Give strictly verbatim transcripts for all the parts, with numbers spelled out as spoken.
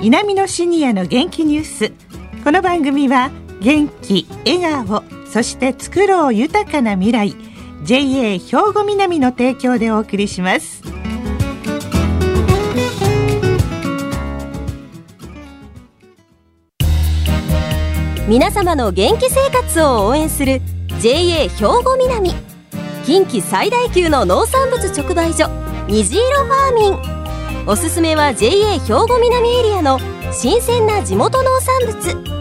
南のシニアの元気ニュース。この番組は元気、笑顔、そして作ろう豊かな未来 ジェイエー 兵庫南の提供でお送りします。 皆様の元気生活を応援する ジェイエー 兵庫南、近畿最大級の農産物直売所虹色ファーミン。おすすめは ジェイエー 兵庫南エリアの新鮮な地元農産物。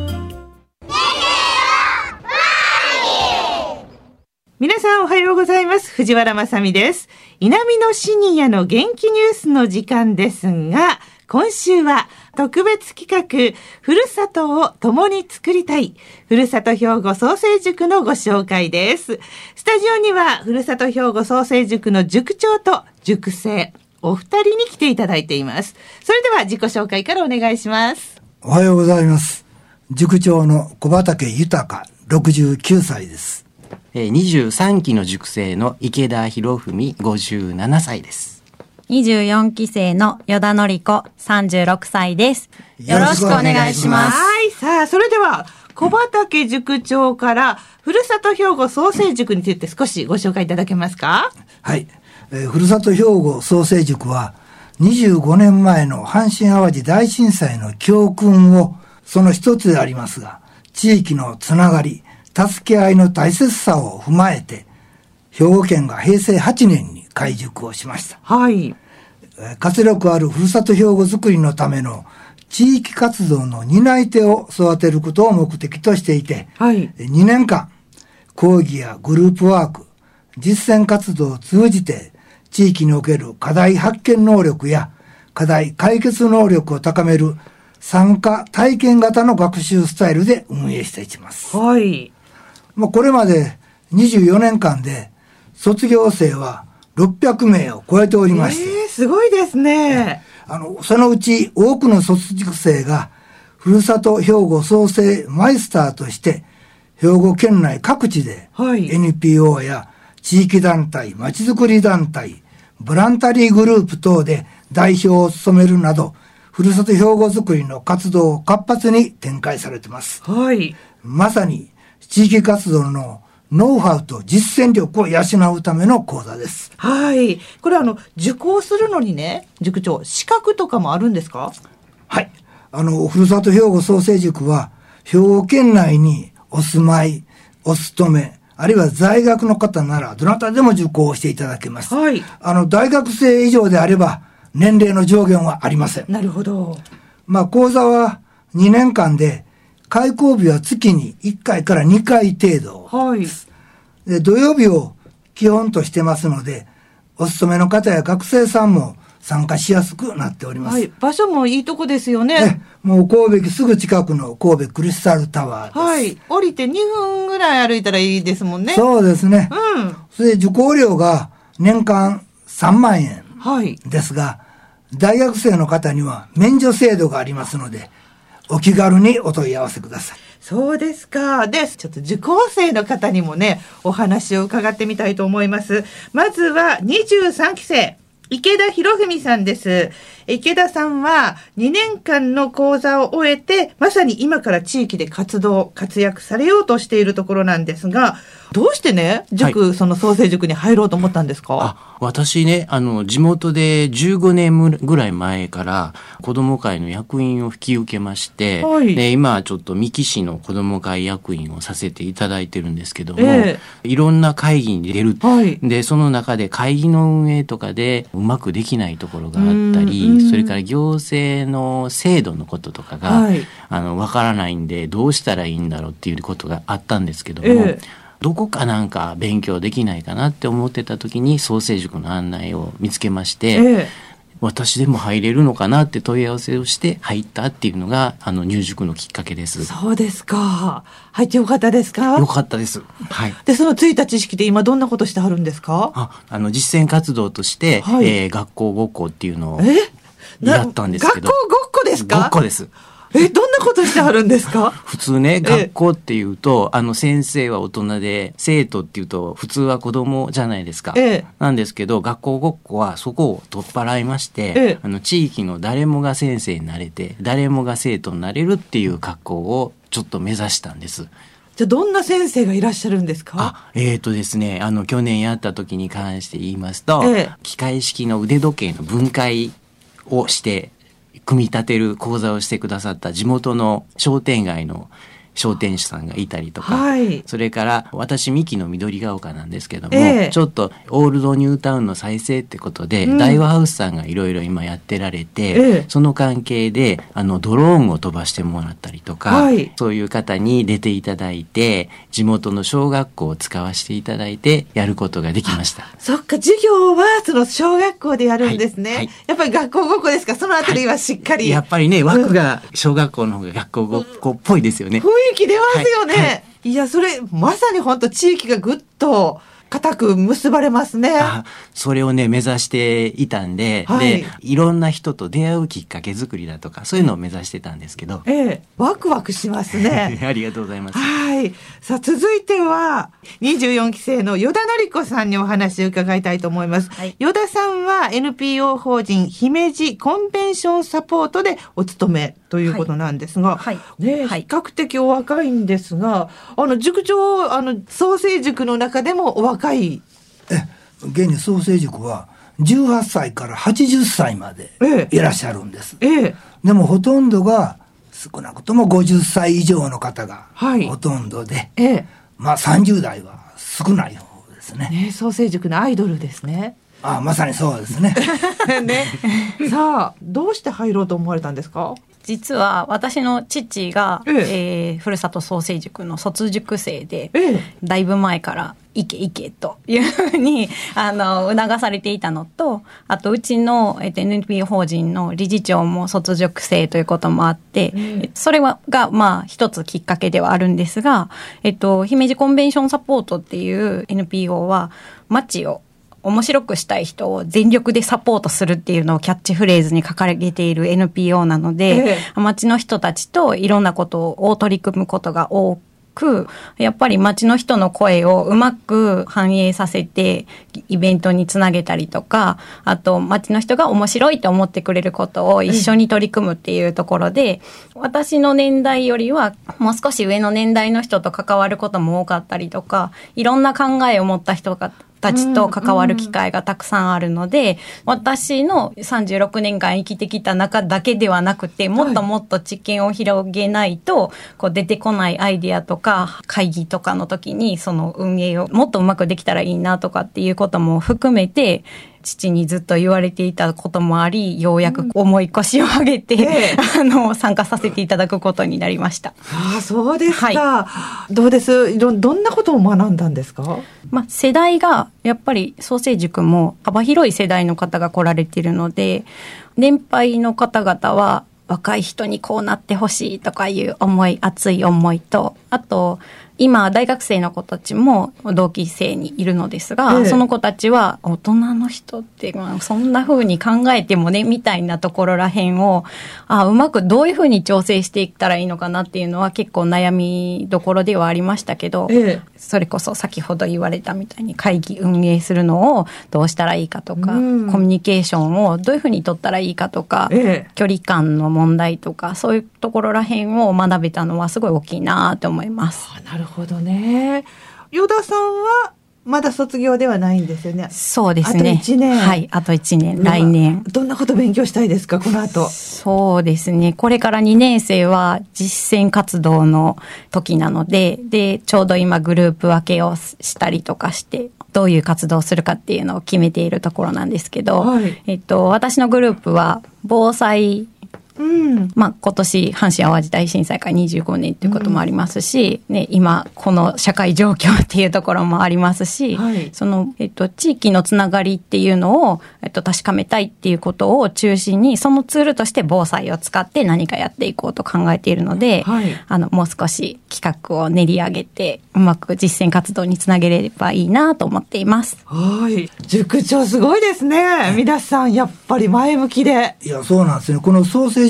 皆さんおはようございます。藤原まさみです。南のシニアの元気ニュースの時間ですが、今週は特別企画、ふるさとを共に作りたい、ふるさと兵庫創生塾のご紹介です。スタジオには、ふるさと兵庫創生塾の塾長と塾生、お二人に来ていただいています。それでは自己紹介からお願いします。 おはようございます。塾長の小畑豊、ろくじゅうきゅうさいです。 にじゅうさんきの塾生の池田博文、ごじゅうななさいです。 にじゅうよんき生の与田典子、さんじゅうろくさいです。 よろしくお願いします。 はい、さあ、それでは小畑塾長からふるさと兵庫創生塾について少しご紹介いただけますか？ はい、えー、ふるさと兵庫創生塾はにじゅうごねんまえの阪神淡路大震災の教訓をその一つでありますが、地域のつながり、助け合いの大切さを踏まえて、兵庫県がへいせいはちねんに開塾をしました。 はい。 活力あるふるさと兵庫づくりのための地域活動の担い手を育てることを目的としていて、 はい、 にねんかん、講義やグループワーク、実践活動を通じて、地域における課題発見能力や課題解決能力を高める参加体験型の学習スタイルで運営していきます。 はい。 まあ、これまでにじゅうよねんかんで卒業生はろっぴゃくめいを超えておりまして、 えー、すごいですね。 あの、そのうち多くの卒業生がふるさと兵庫創生マイスターとして兵庫県内各地で エヌピーオー や地域団体、まちづくり団体、ボランタリーグループ等で代表を務めるなど、ふるさと兵庫づくりの活動を活発に展開されています。 はい。 まさに地域活動のノウハウと実践力を養うための講座です。 はい。これあの、受講するのにね、塾長、資格とかもあるんですか？ はい。あの、ふるさと兵庫創生塾は、兵庫県内にお住まい、お勤め、あるいは在学の方なら、どなたでも受講していただけます。 はい。 あの、大学生以上であれば、年齢の上限はありません。 なるほど。 まあ、講座はにねんかんで、開講日は月にいっかいからにかい程度。 はい。 で、土曜日を基本としてますので、お勤めの方や学生さんも参加しやすくなっております。 はい。場所もいいとこですよね。 ね、もう神戸駅すぐ近くの神戸クリスタルタワーです。 はい。降りてにふんぐらい歩いたらいいですもんね。 そうですね。 うん。 それで受講料が年間さんまんえんですが、 はい、 大学生の方には免除制度がありますので、お気軽にお問い合わせください。 そうですか。で、ちょっと受講生の方にもね、お話を伺ってみたいと思います。まずはにじゅうさんき生、池田博文さんです。池田さんはにねんかんの講座を終えて、まさに今から地域で活動、活躍されようとしているところなんですが、どうしてね、塾、はい、その創生塾に入ろうと思ったんですか？ あ、私ね、あの、地元でじゅうごねんぐらい前から子ども会の役員を引き受けまして、はい、で今はちょっと三木市の子ども会役員をさせていただいてるんですけども、えー、いろんな会議に出る、はい、でその中で会議の運営とかでうまくできないところがあったり、それから行政の制度のこととかが、はい、あのわからないんでどうしたらいいんだろうっていうことがあったんですけども、えーどこかなんか勉強できないかなって思ってた時に創生塾の案内を見つけまして、ええ、私でも入れるのかなって問い合わせをして入ったっていうのがあの入塾のきっかけです。 そうですか。入ってよかったですか？ よかったです。はい。 で、そのついた知識で今どんなことしてはるんですか？ あ、あの実践活動として、はい、えー、学校ごっこっていうのをやったんですけど。 学校ごっこですか？ ごっこです。 え、どんなことしてはるんですか？ 普通ね、学校っていうと、あの先生は大人で、生徒っていうと普通は子供じゃないですか。ええ、なんですけど、学校ごっこはそこを取っ払いまして、ええ、あの地域の誰もが先生になれて、誰もが生徒になれるっていう学校をちょっと目指したんです。 じゃあどんな先生がいらっしゃるんですか？ あ、えーとですね、あの去年やった時に関して言いますと、ええ、機械式の腕時計の分解をして組み立てる講座をしてくださった地元の商店街の商店主さんがいたりとか、はい、それから私三木の緑が丘なんですけども、えー、ちょっとオールドニュータウンの再生ってことで、うん、大和ハウスさんがいろいろ今やってられて、えー、その関係であのドローンを飛ばしてもらったりとか、はい、そういう方に出ていただいて地元の小学校を使わせていただいてやることができました。 そっか、授業はその小学校でやるんですね、はいはい、やっぱり学校ごっこですか？そのあたりはしっかり、はい、 やっぱりね、枠が小学校の方が学校ごっこっぽいですよね、 うん、雰囲気出ますよね、はいはい、いや、それまさに本当地域がぐっと固く結ばれますね。 あ、それをね目指していたんで、はい、でいろんな人と出会うきっかけ作りだとかそういうのを目指してたんですけど、 ええ、ワクワクしますねありがとうございます。 はい。さあ続いてはにじゅうよんきせいの依田典子さんにお話を伺いたいと思います、はい、依田さんは エヌピーオー 法人姫路コンベンションサポートでお勤めということなんですが、はいはいね、比較的お若いんですが、あの塾長、あの創成塾の中でもお若い。 え、現に創成塾はじゅうはっさいからはちじゅっさいまでいらっしゃるんです、ええ、でもほとんどが少なくともごじゅっさい以上の方がほとんどで、はい、ええ、まあさんじゅうだいは少ない方ですね。 ね、創成塾のアイドルですね。 ああ、まさにそうですねね。さあどうして入ろうと思われたんですか？ 実は私の父が、えええー、ふるさと創成塾の卒塾生で、ええ、だいぶ前から行け行けというふうにあの促されていたのと、あとうちの、えっと、エヌピーオー 法人の理事長も卒塾生ということもあって、うん、それはがまあ一つきっかけではあるんですが、えっと、姫路コンベンションサポートっていう エヌピーオー は街を面白くしたい人を全力でサポートするっていうのをキャッチフレーズに掲げている エヌピーオー なので、ええ、街の人たちといろんなことを取り組むことが多く、やっぱり街の人の声をうまく反映させてイベントにつなげたりとか、あと街の人が面白いと思ってくれることを一緒に取り組むっていうところで、うん、私の年代よりはもう少し上の年代の人と関わることも多かったりとか、いろんな考えを持った人がたちと関わる機会がたくさんあるので、うんうん、私のさんじゅうろくねんかん生きてきた中だけではなくて、もっともっと知見を広げないと、はい、こう出てこないアイデアとか会議とかの時にその運営をもっとうまくできたらいいなとかっていうことも含めて、父にずっと言われていたこともあり、ようやく重い腰を上げて、うんえー、あの参加させていただくことになりました。 ああ、そうですか、はい、どうですどどんなことを学んだんですか？ まあ、世代がやっぱり創成塾も幅広い世代の方が来られているので、年配の方々は若い人にこうなってほしいとかいう思い、熱い思いと、あと今大学生の子たちも同期生にいるのですが、ええ、その子たちは大人の人ってそんな風に考えてもねみたいなところらへんをあうまくどういう風に調整していったらいいのかなっていうのは結構悩みどころではありましたけど、ええ、それこそ先ほど言われたみたいに会議運営するのをどうしたらいいかとか、うん、コミュニケーションをどういう風に取ったらいいかとか、ええ、距離感の問題とかそういうところらへんを学べたのはすごい大きいなと思います。 あ、なるほどね。依田さんはまだ卒業ではないんですよね。 そうですね。 あといちねん。 はい、あといちねん、来年。 どんなこと勉強したいですか、この後。 そうですね。これからにねん生は実践活動の時なので、で、ちょうど今グループ分けをしたりとかして、どういう活動をするかっていうのを決めているところなんですけど、はい、えっと、私のグループは防災、うん、まあ、今年阪神淡路大震災からにじゅうごねんということもありますし、うんね、今この社会状況っていうところもありますし、はい、その、えっと、地域のつながりっていうのを、えっと、確かめたいっていうことを中心にそのツールとして防災を使って何かやっていこうと考えているので、はい、あのもう少し企画を練り上げてうまく実践活動につなげればいいなと思っています。 はい、塾長すごいですね。皆さんやっぱり前向きで。 いや、そうなんですね。この創成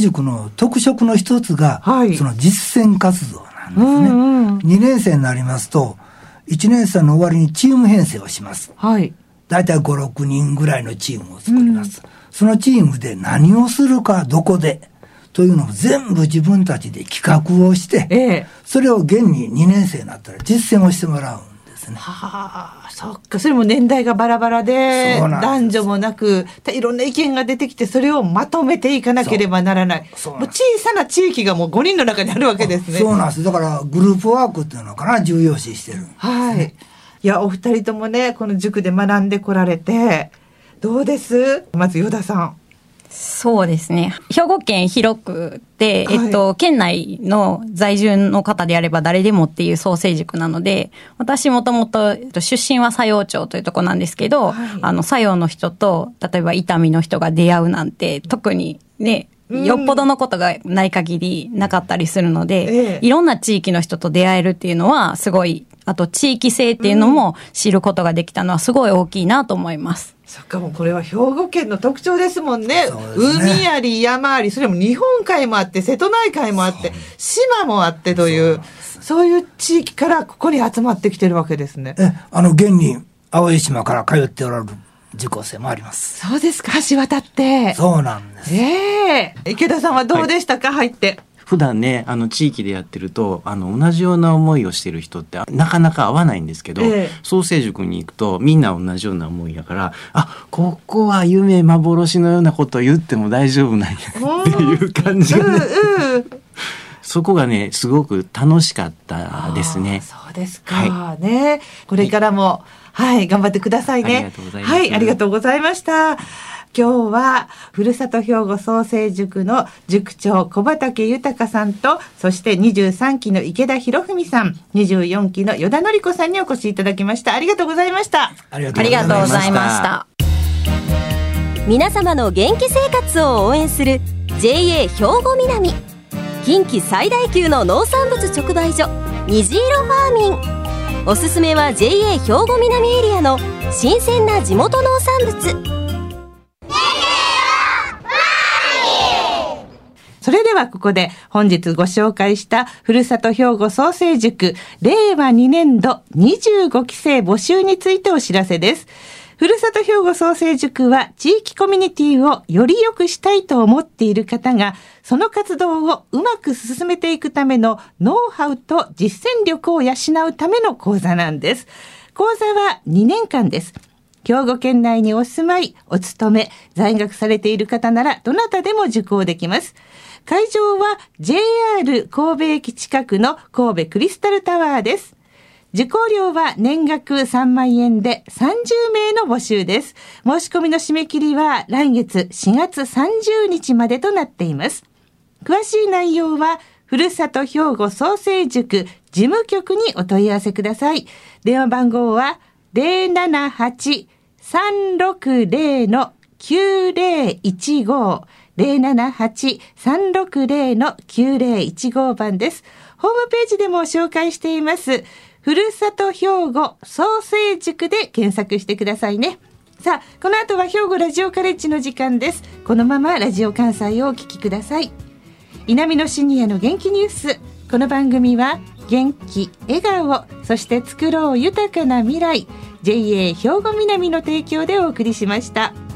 塾の特色の一つが、はい、その実践活動なんですね、うんうん、にねん生になりますといちねん生の終わりにチーム編成をします、はい、だいたいご、ろくにんぐらいのチームを作ります、うん、そのチームで何をするかどこでというのを全部自分たちで企画をして、ええ、それを現ににねん生になったら実践をしてもらうんですね。 はあ、そっか。それも年代がバラバラで男女もなくいろんな意見が出てきて、それをまとめていかなければならない。もう小さな地域がもうごにんの中にあるわけですね。 そうなんです。だからグループワークっていうのかな、重要視してるんですね。はい。 いや、お二人ともね、この塾で学んでこられてどうです？まず与田さん。 そうですね。兵庫県広くで、はい、えっと、県内の在住の方であれば誰でもっていう創成塾なので、私もともと出身は佐用町というところなんですけど、はい、あの、佐用の人と、例えば伊丹の人が出会うなんて、特にね、よっぽどのことがない限りなかったりするので、ええ、いろんな地域の人と出会えるっていうのはすごい、あと地域性っていうのも知ることができたのはすごい大きいなと思います。 そっか、もうこれは兵庫県の特徴ですもんね。海あり山あり、それも日本海もあって瀬戸内海もあって島もあってという、そういう地域からここに集まってきてるわけですね。 え、あの現に青江島から通っておられる受講生もあります。 そうですか。橋渡って。 そうなんです。 ええー、池田さんはどうでしたか、はい、入って。 普段ね、あの地域でやってると、あの同じような思いをしてる人ってなかなか会わないんですけど、えー、創成塾に行くとみんな同じような思いだから、あ、ここは夢幻のようなことを言っても大丈夫なんやっていう感じがね、うんうん、そこがねすごく楽しかったですね。 そうですか、はい、ね、これからも、はい、はい、頑張ってくださいね。 ありがとうございます。 はい、ありがとうございました。今日はふるさと兵庫創成塾の塾長小畠豊さんと、そしてにじゅうさんきの池田博文さん、にじゅうよんきの依田典子さんにお越しいただきました。ありがとうございました。 ありがとうございました。 皆様の元気生活を応援する ジェーエー 兵庫南、近畿最大級の農産物直売所虹色ファーミン。おすすめは ジェーエー 兵庫南エリアの新鮮な地元農産物。 それではここで本日ご紹介したふるさと兵庫創成塾れいわにねんどにじゅうごきせい募集についてお知らせです。ふるさと兵庫創成塾は地域コミュニティをより良くしたいと思っている方が、その活動をうまく進めていくためのノウハウと実践力を養うための講座なんです。講座はにねんかんです。兵庫県内にお住まい、お勤め、在学されている方ならどなたでも受講できます。会場は ジェイアール 神戸駅近くの神戸クリスタルタワーです。受講料は年額さんまんえんでさんじゅうめいの募集です。申し込みの締め切りは来月しがつさんじゅうにちまでとなっています。詳しい内容はふるさと兵庫創成塾事務局にお問い合わせください。電話番号は ゼロななはち さんろくゼロ きゅうゼロいちご ゼロななはち さんろくゼロ きゅうゼロいちご 番です。ホームページでも紹介しています。ふるさと兵庫創成塾で検索してくださいね。さあ、この後は兵庫ラジオカレッジの時間です。このままラジオ関西をお聞きください。稲美のシニアの元気ニュース。この番組は元気、笑顔、そして作ろう豊かな未来、ジェーエー 兵庫南の提供でお送りしました。